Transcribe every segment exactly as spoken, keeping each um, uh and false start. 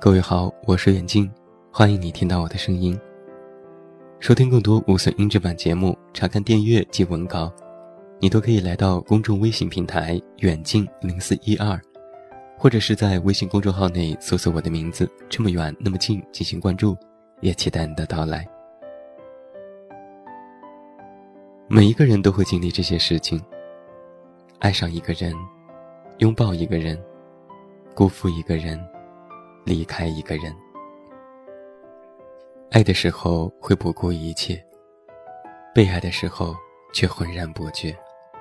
各位好，我是远近，欢迎你听到我的声音。收听更多无损音质版节目，查看电阅及文稿，你都可以来到公众微信平台远近零四一二，或者是在微信公众号内搜索我的名字这么远那么近进行关注，也期待你的到来。每一个人都会经历这些事情，爱上一个人，拥抱一个人，辜负一个人，离开一个人。爱的时候会不顾一切，被爱的时候却浑然不觉。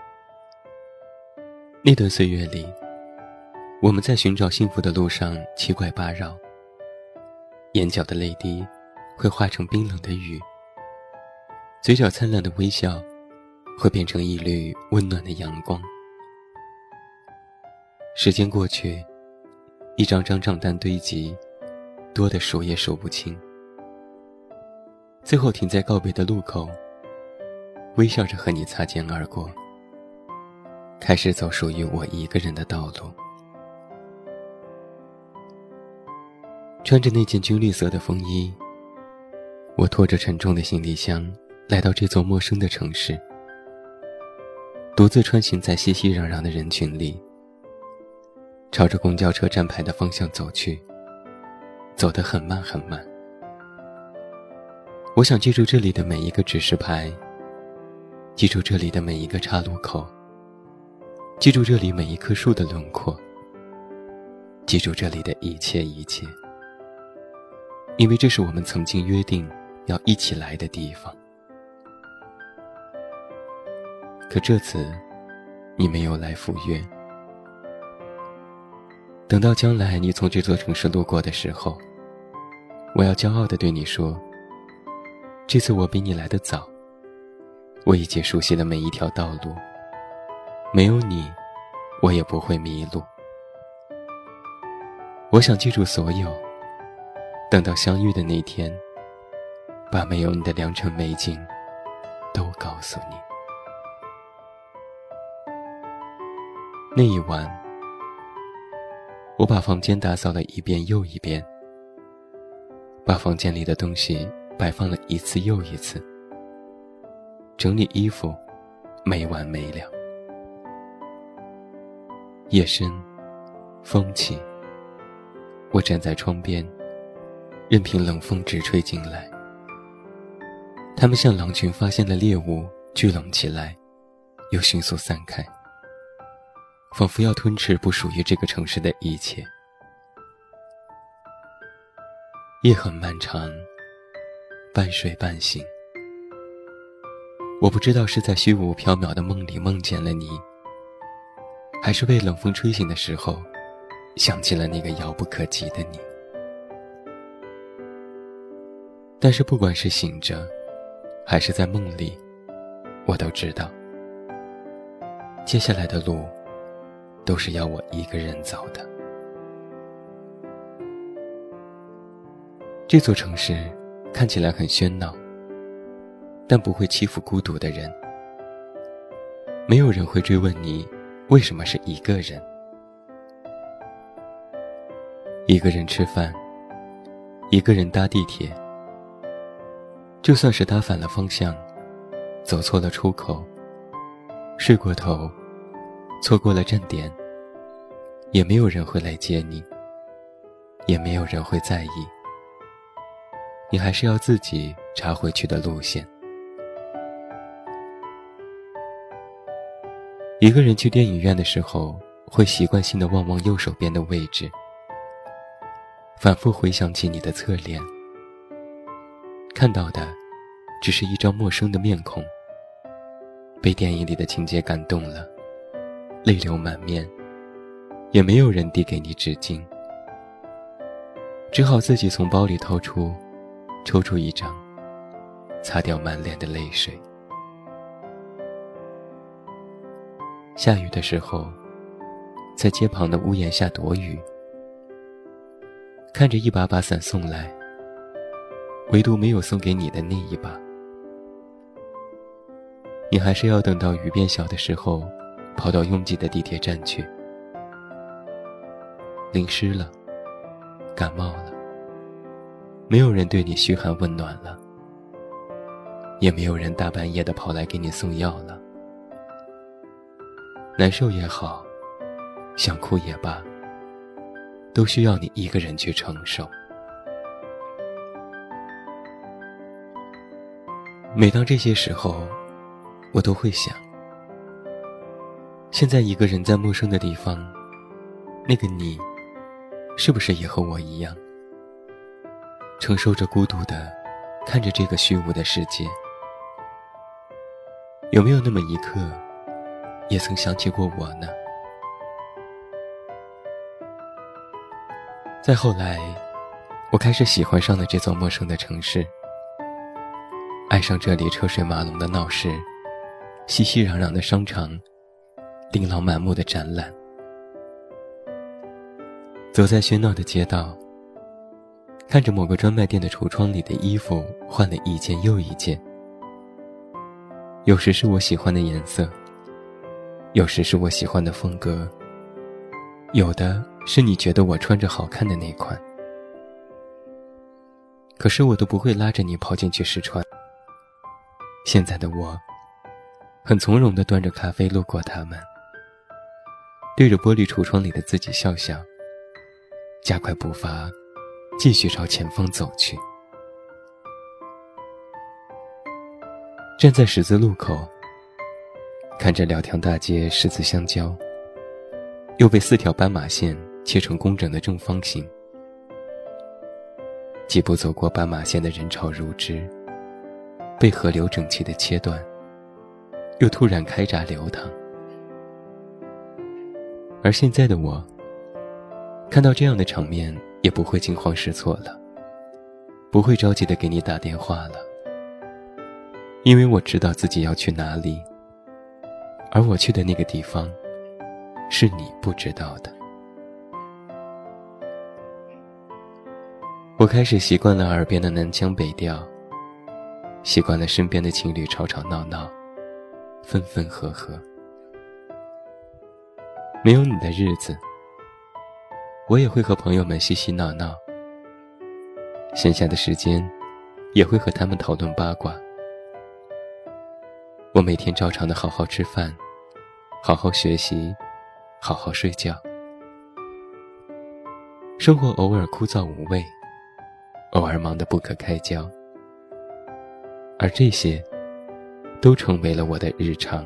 那段岁月里，我们在寻找幸福的路上七拐八绕，眼角的泪滴会化成冰冷的雨，嘴角灿烂的微笑会变成一缕温暖的阳光。时间过去，一张张账单堆积，多的数也数不清。最后停在告别的路口，微笑着和你擦肩而过，开始走属于我一个人的道路。穿着那件军绿色的风衣，我拖着沉重的行李箱来到这座陌生的城市，独自穿行在熙熙攘攘的人群里，朝着公交车站牌的方向走去，走得很慢很慢。我想记住这里的每一个指示牌，记住这里的每一个岔路口，记住这里每一棵树的轮廓，记住这里的一切一切，因为这是我们曾经约定要一起来的地方。可这次你没有来赴约。等到将来你从这座城市路过的时候，我要骄傲地对你说，这次我比你来得早，我已经熟悉了每一条道路，没有你，我也不会迷路。我想记住所有，等到相遇的那天，把没有你的良辰美景都告诉你。那一晚，我把房间打扫了一遍又一遍，把房间里的东西摆放了一次又一次，整理衣服没完没了。夜深，风起，我站在窗边，任凭冷风直吹进来。它们像狼群发现了猎物，聚拢起来，又迅速散开，仿佛要吞噬不属于这个城市的一切。夜很漫长，半睡半醒，我不知道是在虚无缥缈的梦里梦见了你，还是被冷风吹醒的时候想起了那个遥不可及的你。但是不管是醒着还是在梦里，我都知道接下来的路都是要我一个人走的。这座城市看起来很喧闹，但不会欺负孤独的人。没有人会追问你为什么是一个人。一个人吃饭，一个人搭地铁，就算是搭反了方向，走错了出口，睡过头，错过了站点，也没有人会来接你，也没有人会在意。你还是要自己查回去的路线。一个人去电影院的时候，会习惯性地望望右手边的位置，反复回想起你的侧脸，看到的只是一张陌生的面孔，被电影里的情节感动了，泪流满面，也没有人递给你纸巾，只好自己从包里掏出抽出一张，擦掉满脸的泪水。下雨的时候，在街旁的屋檐下躲雨，看着一把把伞送来，唯独没有送给你的那一把。你还是要等到雨变小的时候，跑到拥挤的地铁站去。淋湿了， 感冒了，没有人对你嘘寒问暖了，也没有人大半夜的跑来给你送药了。难受也好，想哭也罢，都需要你一个人去承受。每当这些时候，我都会想，现在一个人在陌生的地方，那个你是不是也和我一样，承受着孤独的看着这个虚无的世界？有没有那么一刻也曾想起过我呢？再后来，我开始喜欢上了这座陌生的城市，爱上这里车水马龙的闹市，熙熙攘攘的商场，琳琅满目的展览。走在喧闹的街道，看着某个专卖店的橱窗里的衣服换了一件又一件，有时是我喜欢的颜色，有时是我喜欢的风格，有的是你觉得我穿着好看的那款。可是我都不会拉着你跑进去试穿。现在的我很从容地端着咖啡路过他们，对着玻璃橱窗里的自己笑笑，加快步伐继续朝前方走去。站在十字路口，看着两条大街十字相交，又被四条斑马线切成工整的正方形。几步走过斑马线的人潮如织，被河流整齐地切断，又突然开闸流淌。而现在的我，看到这样的场面也不会惊慌失措了，不会着急地给你打电话了，因为我知道自己要去哪里，而我去的那个地方是你不知道的。我开始习惯了耳边的南腔北调，习惯了身边的情侣吵吵闹闹，分分合合。没有你的日子，我也会和朋友们嬉嬉闹闹，闲暇的时间也会和他们讨论八卦。我每天照常的好好吃饭，好好学习，好好睡觉。生活偶尔枯燥无味，偶尔忙得不可开交，而这些都成为了我的日常。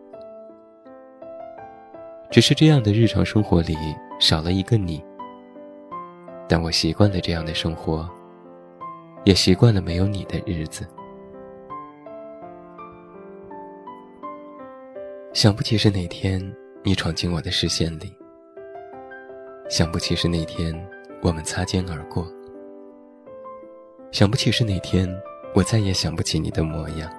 只是这样的日常生活里少了一个你，但我习惯了这样的生活，也习惯了没有你的日子。想不起是哪天你闯进我的视线里，想不起是哪天我们擦肩而过，想不起是哪天我再也想不起你的模样。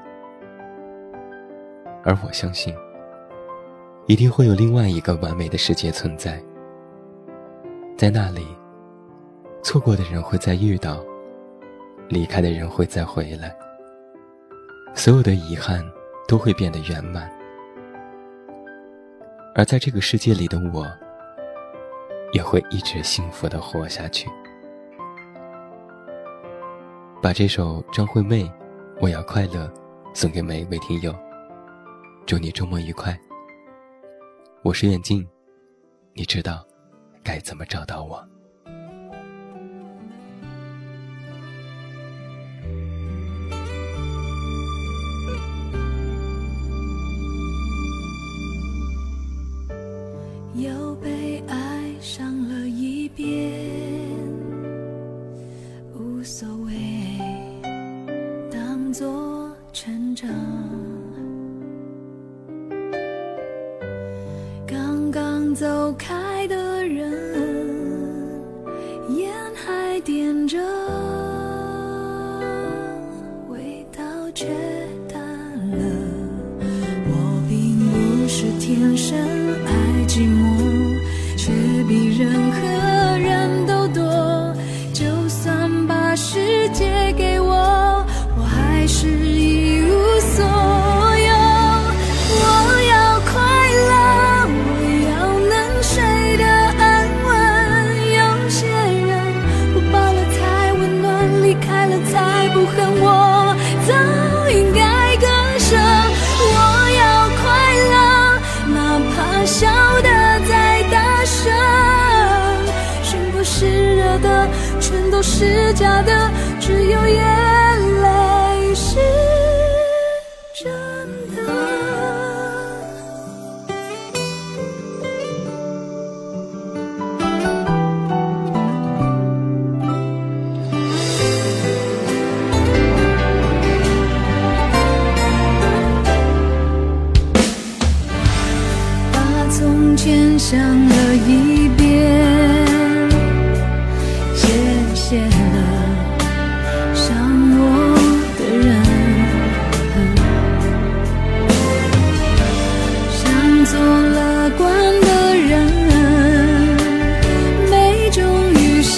而我相信，一定会有另外一个完美的世界存在，在那里，错过的人会再遇到，离开的人会再回来，所有的遗憾都会变得圆满。而在这个世界里的我，也会一直幸福地活下去。把这首张惠妹《我要快乐》送给每一位听友，祝你周末愉快。我是远近，你知道该怎么找到我。 又被爱上了一遍，无所谓，当作成长。刚刚走开的人，烟还点着，味道却淡了。我并不是天生爱寂寞，却比任何人都多。就算把世界给我，我还是一无所有。我要快乐，我要能睡得安稳。有些人应该歌声。我要快乐，哪怕笑得再大声。心不是热的，全都是假的，只有眼泪是真的。把从前想了一遍，谢谢了伤我的人，想做乐观的人，没种余生，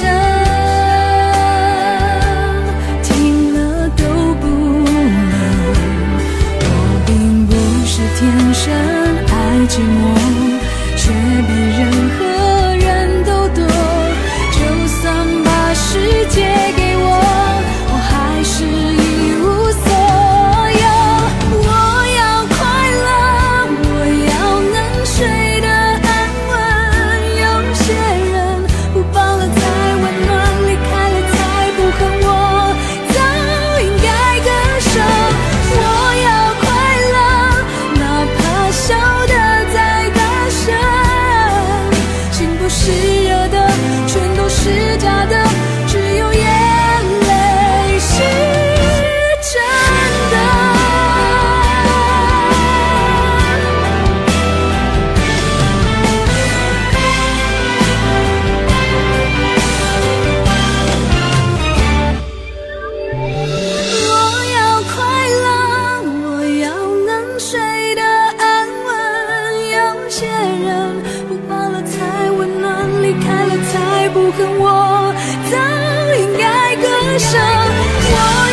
听了都不能。我并不是天生爱寂寞，却比任何人都多。就算把世界给我，我还是一无所有。我要快乐，我要能睡得安稳。有些人不抱了才温暖，离开了才不恨我，早应该割舍。我要快乐，哪怕笑得再大声。心不是热的，全都是假的，只有眼泪是真的。我要快乐，我要能睡得安稳。有些人不抱了才温暖，离开了才不恨我，早应该割舍。我